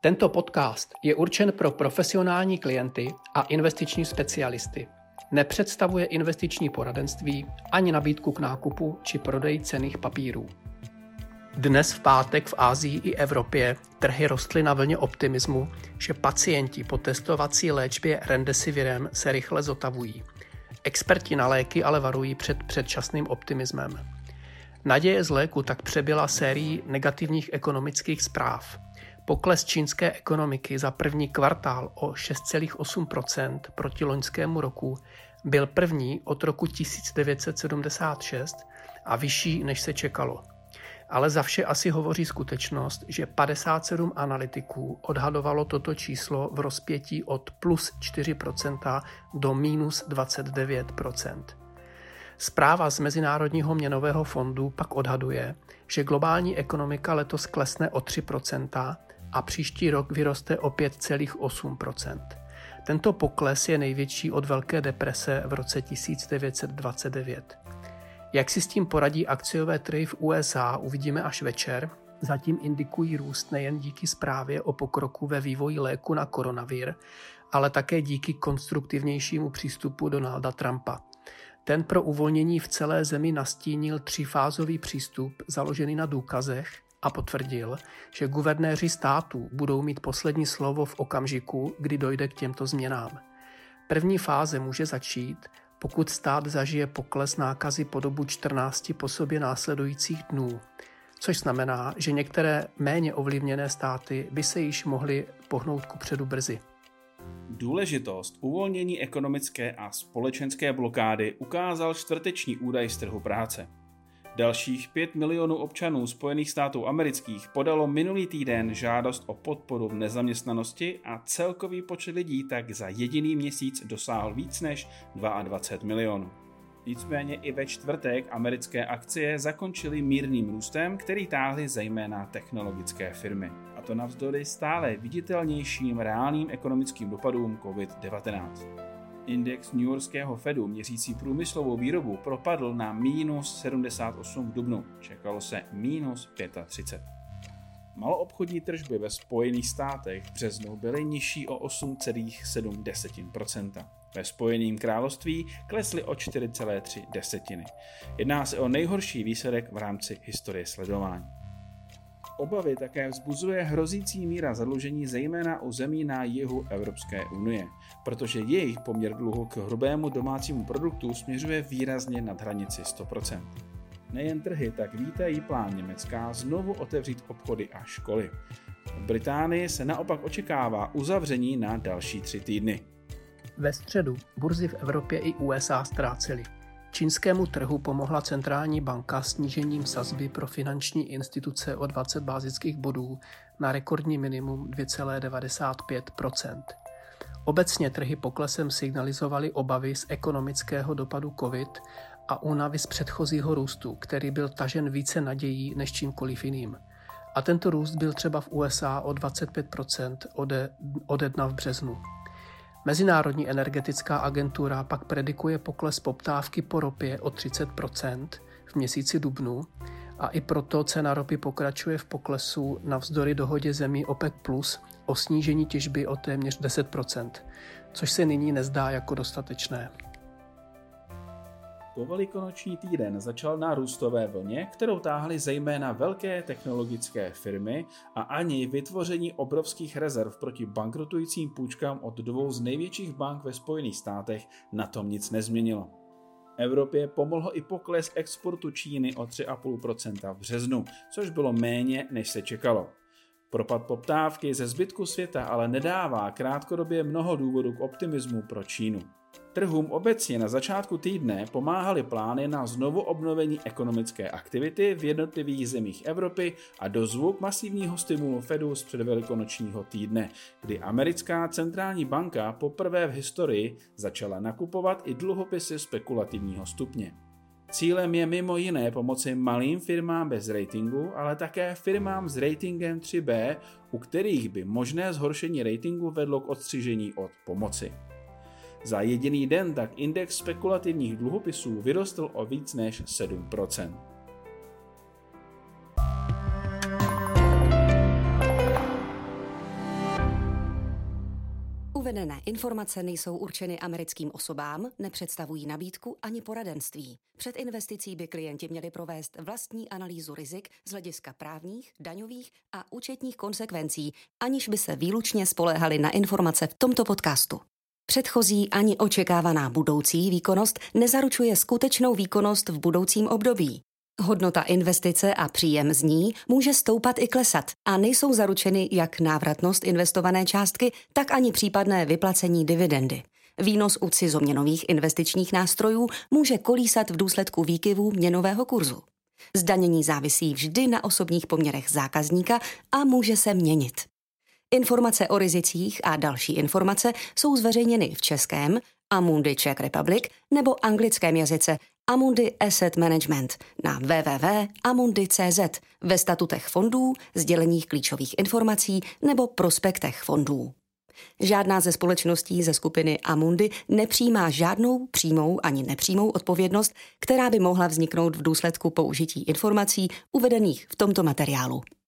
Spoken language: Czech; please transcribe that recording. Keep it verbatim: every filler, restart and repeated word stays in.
Tento podcast je určen pro profesionální klienty a investiční specialisty. Nepředstavuje investiční poradenství ani nabídku k nákupu či prodeji cenných papírů. Dnes v pátek v Asii i Evropě trhy rostly na vlně optimismu, že pacienti po testovací léčbě Remdesivirem se rychle zotavují. Experti na léky ale varují před předčasným optimismem. Naděje z léku tak přebyla sérii negativních ekonomických zpráv. Pokles čínské ekonomiky za první kvartál o šest celá osm procenta proti loňskému roku byl první od roku tisíc devět set sedmdesát šest a vyšší, než se čekalo. Ale za vše asi hovoří skutečnost, že padesát sedm analytiků odhadovalo toto číslo v rozpětí od plus čtyři procenta do minus dvacet devět procent. Zpráva z Mezinárodního měnového fondu pak odhaduje, že globální ekonomika letos klesne o tři procenta a příští rok vyroste o pět celá osm procenta. Tento pokles je největší od Velké deprese v roce tisíc devět set dvacet devět. Jak si s tím poradí akciové trhy v U S A, uvidíme až večer. Zatím indikují růst nejen díky zprávě o pokroku ve vývoji léku na koronavir, ale také díky konstruktivnějšímu přístupu Donalda Trumpa. Ten pro uvolnění v celé zemi nastínil třífázový přístup založený na důkazech a potvrdil, že guvernéři států budou mít poslední slovo v okamžiku, kdy dojde k těmto změnám. První fáze může začít, pokud stát zažije pokles nákazy po dobu čtrnácti po sobě následujících dnů, což znamená, že některé méně ovlivněné státy by se již mohly pohnout kupředu brzy. Důležitost uvolnění ekonomické a společenské blokády ukázal čtvrteční údaj z trhu práce. Dalších pět milionů občanů Spojených států amerických podalo minulý týden žádost o podporu v nezaměstnanosti a celkový počet lidí tak za jediný měsíc dosáhl víc než dvacet dva milionů. Nicméně i ve čtvrtek americké akcie zakončily mírným růstem, který táhly zejména technologické firmy. A to navzdory stále viditelnějším reálným ekonomickým dopadům covid devatenáct. Index newyorského Fedu měřící průmyslovou výrobu propadl na minus sedmdesát osm v dubnu, čekalo se minus třicet pět. Maloobchodní tržby ve Spojených státech v březnu byly nižší o osm celá sedm procenta. Ve Spojeném království klesly o čtyři celá tři procenta. Jedná se o nejhorší výsledek v rámci historie sledování. Obavy také vzbuzuje hrozící míra zadlužení zejména u zemí na jihu Evropské unie, protože jejich poměr dluhu k hrubému domácímu produktu směřuje výrazně nad hranici sto procent. Nejen trhy tak vítají plán Německa znovu otevřít obchody a školy. V Británii se naopak očekává uzavření na další tři týdny. Ve středu burzy v Evropě i U S A ztrácely. Čínskému trhu pomohla centrální banka snížením sazby pro finanční instituce o dvacet bázických bodů na rekordní minimum dvě celá devadesát pět procenta. Obecně trhy poklesem signalizovaly obavy z ekonomického dopadu COVID a únavy z předchozího růstu, který byl tažen více nadějí než čímkoliv jiným. A tento růst byl třeba v U S A o dvacet pět procent ode, ode dna v březnu. Mezinárodní energetická agentura pak predikuje pokles poptávky po ropě o třicet procent v měsíci dubnu a i proto cena ropy pokračuje v poklesu navzdory dohodě zemí OPEC plus o snížení těžby o téměř deset procent, což se nyní nezdá jako dostatečné. Povelikonoční týden začal na růstové vlně, kterou táhly zejména velké technologické firmy a ani vytvoření obrovských rezerv proti bankrotujícím půjčkám od dvou z největších bank ve Spojených státech na tom nic nezměnilo. Evropě pomohl i pokles exportu Číny o tři celá pět procenta v březnu, což bylo méně, než se čekalo. Propad poptávky ze zbytku světa ale nedává krátkodobě mnoho důvodů k optimismu pro Čínu. Trhům obecně na začátku týdne pomáhaly plány na znovu obnovení ekonomické aktivity v jednotlivých zemích Evropy a dozvuk masivního stimulu Fedu z předvelikonočního týdne, kdy americká centrální banka poprvé v historii začala nakupovat i dluhopisy spekulativního stupně. Cílem je mimo jiné pomoci malým firmám bez ratingu, ale také firmám s ratingem tři bé, u kterých by možné zhoršení ratingu vedlo k odstřižení od pomoci. Za jediný den tak index spekulativních dluhopisů vyrostl o víc než sedm procent. Uvedené informace nejsou určeny americkým osobám, nepředstavují nabídku ani poradenství. Před investicí by klienti měli provést vlastní analýzu rizik z hlediska právních, daňových a účetních konsekvencí, aniž by se výlučně spoléhali na informace v tomto podcastu. Předchozí ani očekávaná budoucí výkonnost nezaručuje skutečnou výkonnost v budoucím období. Hodnota investice a příjem z ní může stoupat i klesat a nejsou zaručeny jak návratnost investované částky, tak ani případné vyplacení dividendy. Výnos u cizoměnových investičních nástrojů může kolísat v důsledku výkyvů měnového kurzu. Zdanění závisí vždy na osobních poměrech zákazníka a může se měnit. Informace o rizicích a další informace jsou zveřejněny v českém Amundi Czech Republic nebo anglickém jazyce Amundi Asset Management na w w w tečka amundi tečka c z, ve statutech fondů, sděleních klíčových informací nebo prospektech fondů. Žádná ze společností ze skupiny Amundi nepřijímá žádnou přímou ani nepřímou odpovědnost, která by mohla vzniknout v důsledku použití informací uvedených v tomto materiálu.